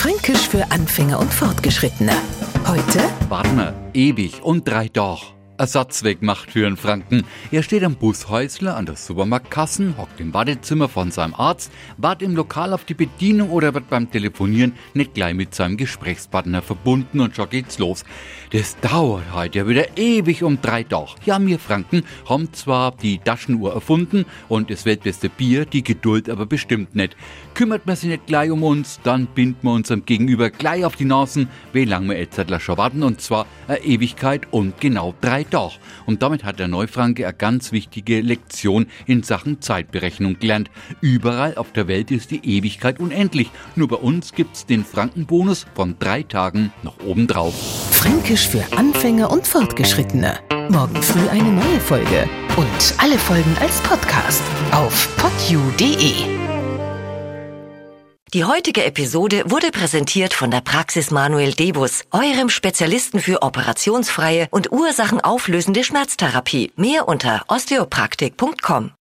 Fränkisch für Anfänger und Fortgeschrittene. Heute Warten wir, ewig und 3 Tage. Ersatzweg macht für einen Franken. Er steht am Bushäusler an der Supermarktkassen, hockt im Wartezimmer von seinem Arzt, wartet im Lokal auf die Bedienung oder wird beim Telefonieren nicht gleich mit seinem Gesprächspartner verbunden und schon geht's los. Das dauert heute ja wieder ewig um 3 Tage. Ja, wir Franken haben zwar die Taschenuhr erfunden und das weltbeste Bier, die Geduld aber bestimmt nicht. Kümmert man sich nicht gleich um uns, dann binden wir unserem Gegenüber gleich auf die Nasen, wie lange wir jetzt schon warten, und zwar eine Ewigkeit und genau 3 Tage. Und damit hat der Neufranke eine ganz wichtige Lektion in Sachen Zeitberechnung gelernt. Überall auf der Welt ist die Ewigkeit unendlich. Nur bei uns gibt's den Frankenbonus von 3 Tagen noch obendrauf. Fränkisch für Anfänger und Fortgeschrittene. Morgen früh eine neue Folge. Und alle Folgen als Podcast auf podu.de. Die heutige Episode wurde präsentiert von der Praxis Manuel Debus, eurem Spezialisten für operationsfreie und ursachenauflösende Schmerztherapie. Mehr unter osteopraktik.com.